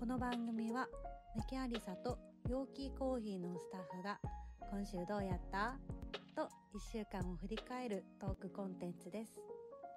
の番組はメキアリサと陽気コーヒーのスタッフが今週どうやったと1週間を振り返るトークコンテンツです。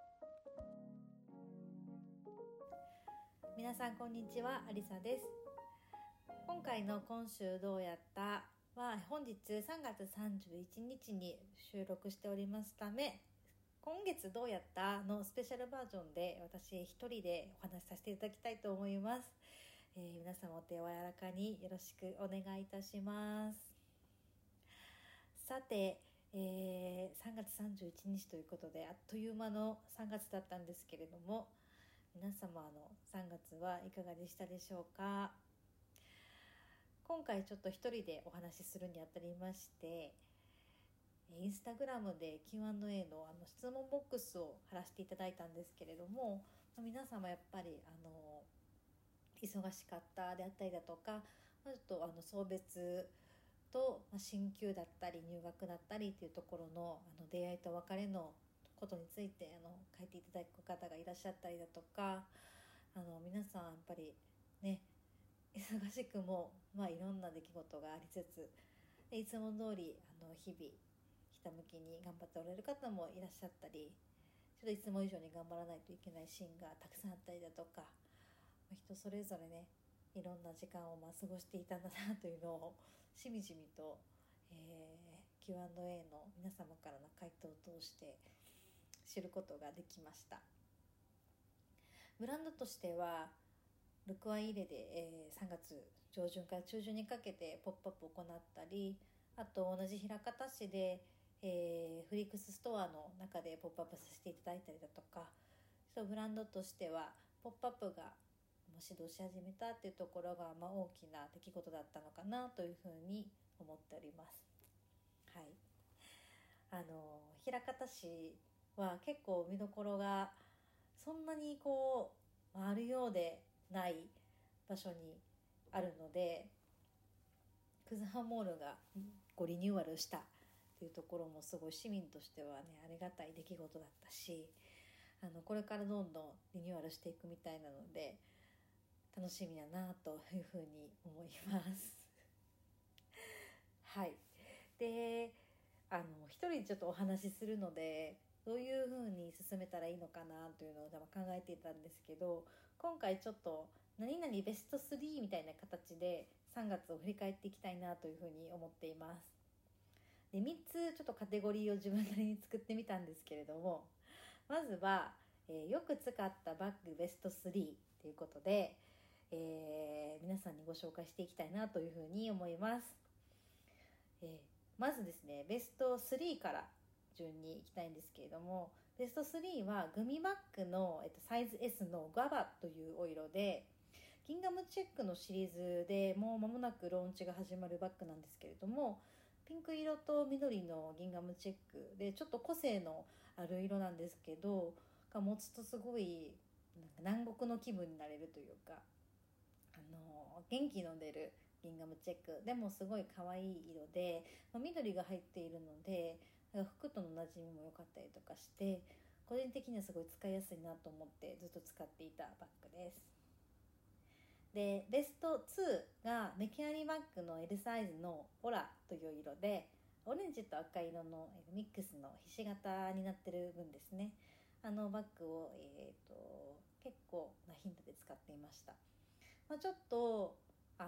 皆さんこんにちは、アリサです。今回の今週どうやったは本日3月31日に収録しておりますため、今月どうやったのスペシャルバージョンで私一人でお話しさせていただきたいと思います。皆様お手柔らかによろしくお願いいたします。さて、3月31日ということであっという間の3月だったんですけれども、皆様の3月はいかがでしたでしょうか。今回ちょっと一人でお話しするにあたりまして、インスタグラムで Q&A の質問ボックスを貼らせていただいたんですけれども、皆様やっぱり忙しかったであったりだとか、ちょっと送別と進級だったり入学だったりっていうところの出会いと別れのことについて書いていただく方がいらっしゃったりだとか、皆さんやっぱりね、忙しくもいろんな出来事がありつつ、いつも通り日々ひたむきに頑張っておられる方もいらっしゃったり、ちょっといつも以上に頑張らないといけないシーンがたくさんあったりだとか、人それぞれね、いろんな時間を過ごしていたんだなというのをしみじみと、Q&A の皆様からの回答を通して知ることができました。ブランドとしてはルクアイレで、3月上旬から中旬にかけてポップアップを行ったり、あと同じ枚方市で、フリックスストアの中でポップアップさせていただいたりだとか、ブランドとしてはポップアップが指導し始めたっていうところが、大きな出来事だったのかなというふうに思っております。はい。枚方市は結構見どころがそんなにあるようでない場所にあるので、クズハモールがリニューアルしたっていうところもすごい市民としてはね、ありがたい出来事だったし、これからどんどんリニューアルしていくみたいなので楽しみだなというふうに思いますはい。で、一人ちょっとお話しするのでどういうふうに進めたらいいのかなというのを考えていたんですけど、今回ちょっと何々ベスト3みたいな形で3月を振り返っていきたいなというふうに思っています。で、3つちょっとカテゴリーを自分なりに作ってみたんですけれども、まずは、よく使ったバッグベスト3ということで、皆さんにご紹介していきたいなというふうに思います。まずですね、ベスト3から順にいきたいんですけれども、ベスト3はグミバッグの、サイズ S のガバというお色で、ギンガムチェックのシリーズでもう間もなくローンチが始まるバッグなんですけれども、ピンク色と緑のギンガムチェックでちょっと個性のある色なんですけど、が持つとすごい南国の気分になれるというか、元気の出るギンガムチェックでもすごい可愛い色で、緑が入っているので服との馴染みも良かったりとかして、個人的にはすごい使いやすいなと思ってずっと使っていたバッグです。で、ベスト2がメキアリバッグの L サイズのオラという色で、オレンジと赤色のミックスのひし形になってる分ですね。バッグを、結構な頻度で使っていました。ちょっと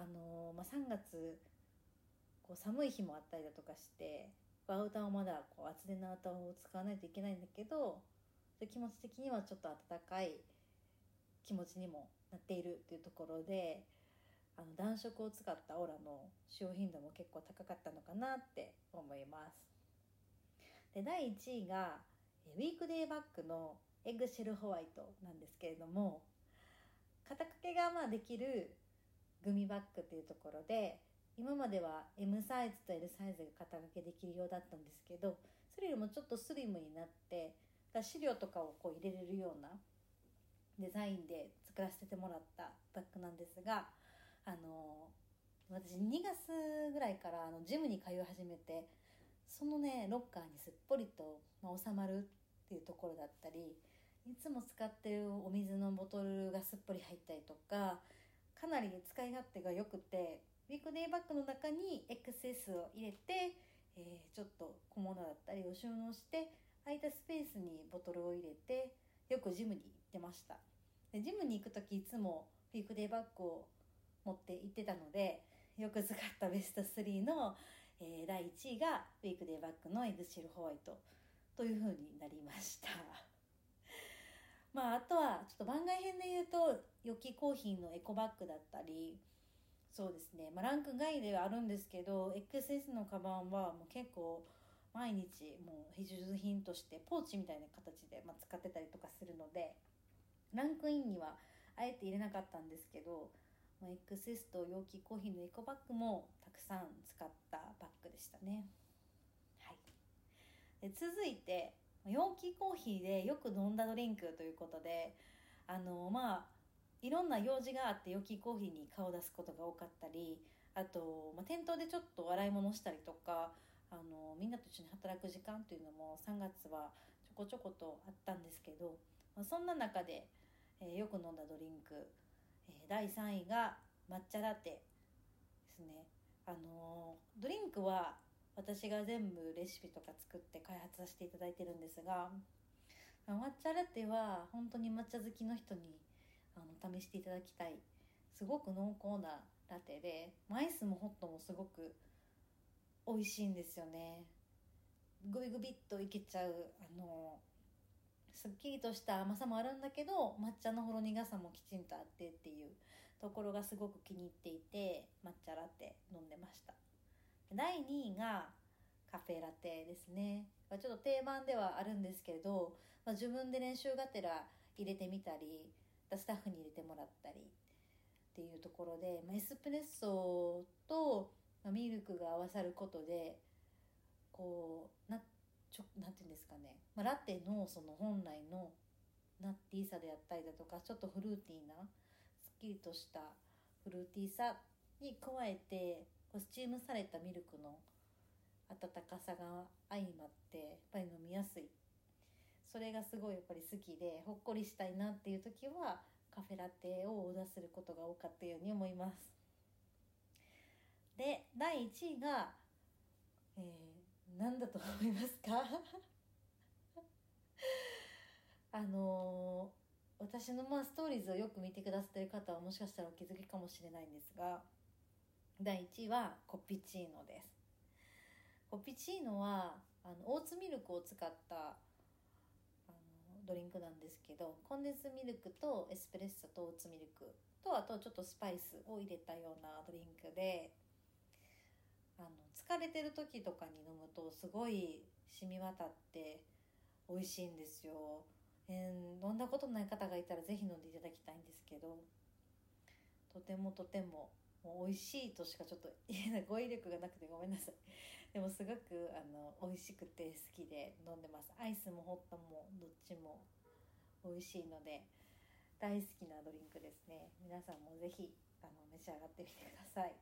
3月寒い日もあったりだとかして、アウターをまだ厚手のアウターを使わないといけないんだけど、気持ち的にはちょっと暖かい気持ちにもなっているっていうところで、暖色を使ったオーラの使用頻度も結構高かったのかなって思います。で、第1位がウィークデーバッグのエッグシェルホワイトなんですけれども、肩掛けができるグミバッグっていうところで、今までは M サイズと L サイズが肩掛けできるようだったんですけど、それよりもちょっとスリムになって、資料とかを入れれるようなデザインで作らせてもらったバッグなんですが、私2月ぐらいからジムに通い始めて、そのねロッカーにすっぽりと、収まるっていうところだったり、いつも使ってるお水のボトルがすっぽり入ったりとか、 かなり使い勝手が良くて、ウィークデーバッグの中に XS を入れて、ちょっと小物だったりを収納して空いたスペースにボトルを入れてよくジムに行ってました。でジムに行く時いつもウィークデーバッグを持って行ってたので、よく使ったベスト3の、第1位がウィークデーバッグのエグシルホワイトという風になりましたあとはちょっと番外編で言うとヨキコーヒーのエコバッグだったり、そうですね、ランク外ではあるんですけど XS のカバンはもう結構毎日もう必需品としてポーチみたいな形で、使ってたりとかするので、ランクインにはあえて入れなかったんですけど、XS と陽気コーヒーのエコバッグもたくさん使ったバッグでしたね。はい、で続いて陽気コーヒーでよく飲んだドリンクということで、いろんな用事があって陽気コーヒーに顔を出すことが多かったり、あと、店頭でちょっと洗い物したりとか、みんなと一緒に働く時間というのも3月はちょこちょことあったんですけど、そんな中で、よく飲んだドリンク、第3位が抹茶ラテですね。ドリンクは私が全部レシピとか作って開発させていただいてるんですが、抹茶ラテは本当に抹茶好きの人に試していただきたい、すごく濃厚なラテで、アイスもホットもすごく美味しいんですよね。グビグビっといけちゃう、すっきりとした甘さもあるんだけど抹茶のほろ苦さもきちんとあってっていうところがすごく気に入っていて、抹茶ラテ飲んでました。第2位がカフェラテですね。ちょっと定番ではあるんですけれど、自分で練習がてら入れてみたり、スタッフに入れてもらったりっていうところで、エスプレッソとミルクが合わさることでこうなんていうんですかね、ラテのその本来のナッティーさであったりだとか、ちょっとフルーティーなすっきりとしたフルーティーさに加えて、スチームされたミルクの温かさが相まってやっぱり飲みやすい、それがすごいやっぱり好きで、ほっこりしたいなっていう時はカフェラテをオーダーすることが多かったように思います。で第1位が、何だと思いますか私のストーリーズをよく見てくださっている方はもしかしたらお気づきかもしれないんですが、第1位はコピチーノです。コピチーノはオーツミルクを使ったドリンクなんですけど、コンデンスミルクとエスプレッソとオーツミルクと、あとちょっとスパイスを入れたようなドリンクで、疲れてる時とかに飲むとすごい染み渡って美味しいんですよ。飲んだことない方がいたらぜひ飲んでいただきたいんですけど、とてももう美味しいとしかちょっと言えない、語彙力がなくてごめんなさい。でもすごく美味しくて好きで飲んでます。アイスもホットもどっちも美味しいので大好きなドリンクですね。皆さんもぜひ召し上がってみてください。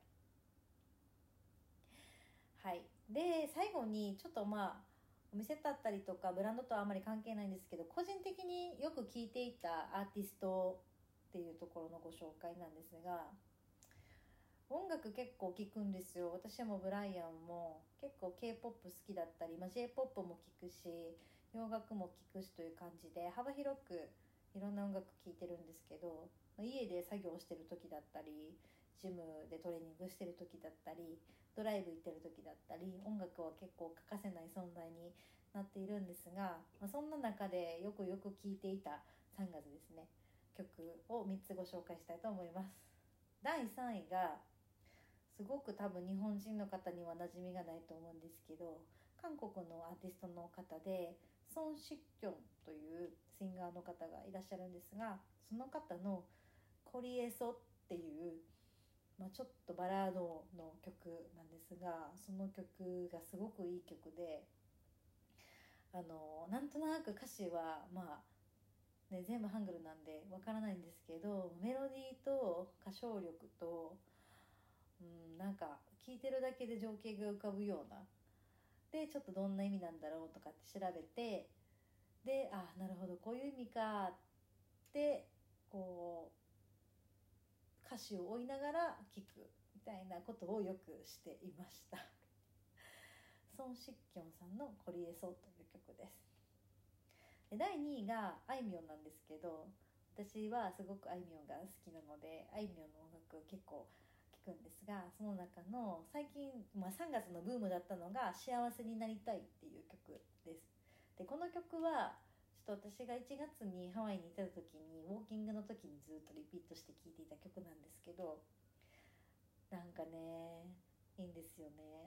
はい。で最後にちょっとお店だったりとかブランドとはあまり関係ないんですけど、個人的によく聴いていたアーティストっていうところのご紹介なんですが、音楽結構聴くんですよ。私もブライアンも結構 K-POP 好きだったり、J-POP も聴くし洋楽も聴くしという感じで幅広くいろんな音楽聴いてるんですけど、家で作業してる時だったり、ジムでトレーニングしてる時だったり、ドライブ行ってる時だったり、音楽は結構欠かせない存在になっているんですが、そんな中でよく聴いていた3月ですね、曲を3つご紹介したいと思います。第3位がすごく多分日本人の方には馴染みがないと思うんですけど、韓国のアーティストの方でソン・シッキョンというシンガーの方がいらっしゃるんですが、その方のコリエソっていうちょっとバラードの曲なんですが、その曲がすごくいい曲で、なんとなく歌詞は全部ハングルなんでわからないんですけど、メロディーと歌唱力と、なんか聴いてるだけで情景が浮かぶようなで、ちょっとどんな意味なんだろうとかって調べて、でなるほどこういう意味かってこう歌詞を追いながら聴くみたいなことをよくしていました孫子京さんのコリエソという曲です。で第2位があいみょんなんですけど、私はすごくあいみょんが好きなのであいみょんの音楽結構聴くんですが、その中の最近、3月のブームだったのが幸せになりたいっていう曲です。でこの曲はちょっと私が1月にハワイにいた時にウォーキングの時にずっとリピートして聴いていた曲なんですけど、なんかねいいんですよね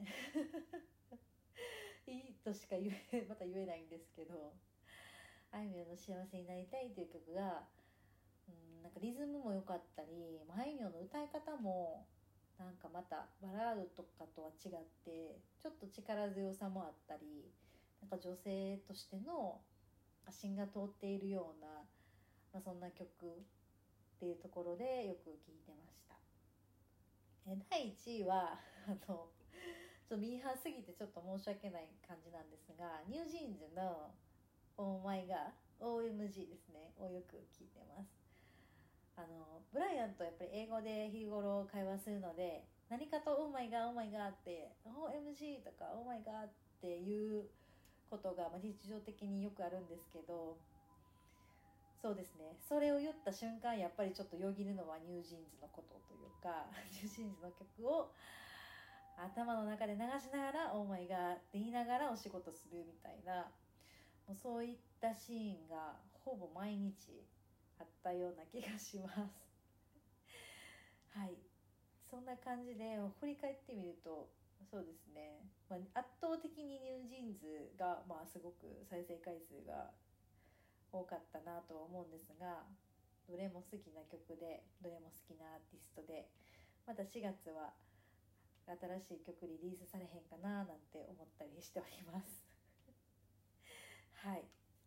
いいとしかまた言えないんですけど、あいみょんの幸せになりたいという曲が、なんかリズムも良かったり、あいみょんの歌い方もなんかまたバラードとかとは違ってちょっと力強さもあったり、なんか女性としての芯が通っているような、そんな曲っていうところでよく聴いてました。第1位はちょっとミーハーすぎてちょっと申し訳ない感じなんですが、ニュージーンズのオーマイガー OMG ですねをよく聞いてます。ブライアンとやっぱり英語で日頃会話するので、何かとオーマイガーオーマイガーって OMG とかオーマイガーっていうことが日常的によくあるんですけど、そうですね、それを言った瞬間やっぱりちょっとよぎるのはニュージーンズのことというかニュージーンズの曲を頭の中で流しながらオーマイガーって言いながらお仕事するみたいな、もうそういったシーンがほぼ毎日あったような気がしますはい、そんな感じで振り返ってみるとそうですね、圧倒的にニュージーンズが、すごく再生回数が多かったなとは思うんですが、どれも好きな曲でどれも好きなアーティストで、また4月は新しい曲リリースされへんかななんて思ったりしておりますはい、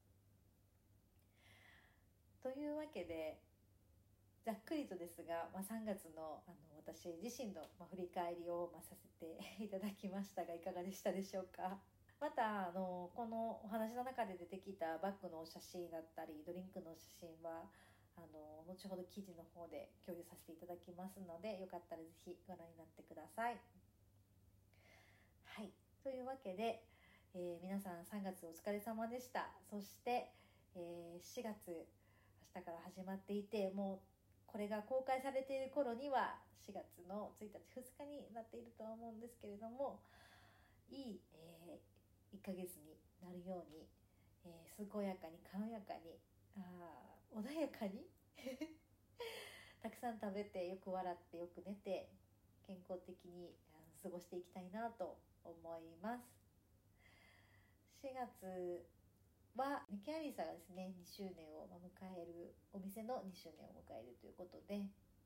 というわけでざっくりとですが、3月の私自身の振り返りをさせていただきましたが、いかがでしたでしょうか。またこのお話の中で出てきたバッグの写真だったりドリンクの写真は後ほど記事の方で共有させていただきますので、よかったらぜひご覧になってください。はい、というわけで、皆さん3月お疲れ様でした。そして、4月明日から始まっていて、もうこれが公開されている頃には4月の1日2日になっているとは思うんですけれども、いい、1ヶ月になるように、健やかに軽やかに穏やかにたくさん食べてよく笑ってよく寝て健康的に過ごしていきたいなと思います。4月はメキアリサがですね2周年を迎える、お店の2周年を迎えるということで、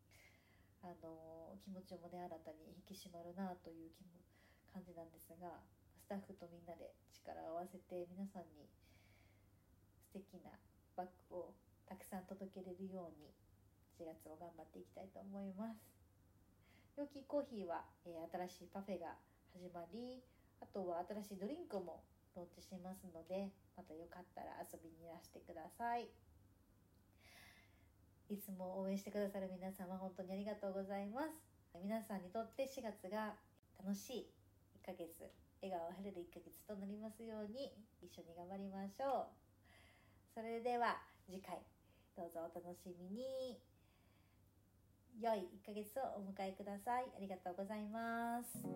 気持ちもね新たに引き締まるなという感じなんですが、スタッフとみんなで力を合わせて皆さんに素敵なバッグをたくさん届けれるように4月を頑張っていきたいと思います。ヨキコーヒーは、新しいパフェが始まり、あとは新しいドリンクもローンチしますので、またよかったら遊びにいらしてください。いつも応援してくださる皆様本当にありがとうございます。皆さんにとって4月が楽しい1ヶ月、笑顔あふれる1ヶ月となりますように一緒に頑張りましょう。それでは次回どうぞお楽しみに。良い1ヶ月をお迎えください。ありがとうございます。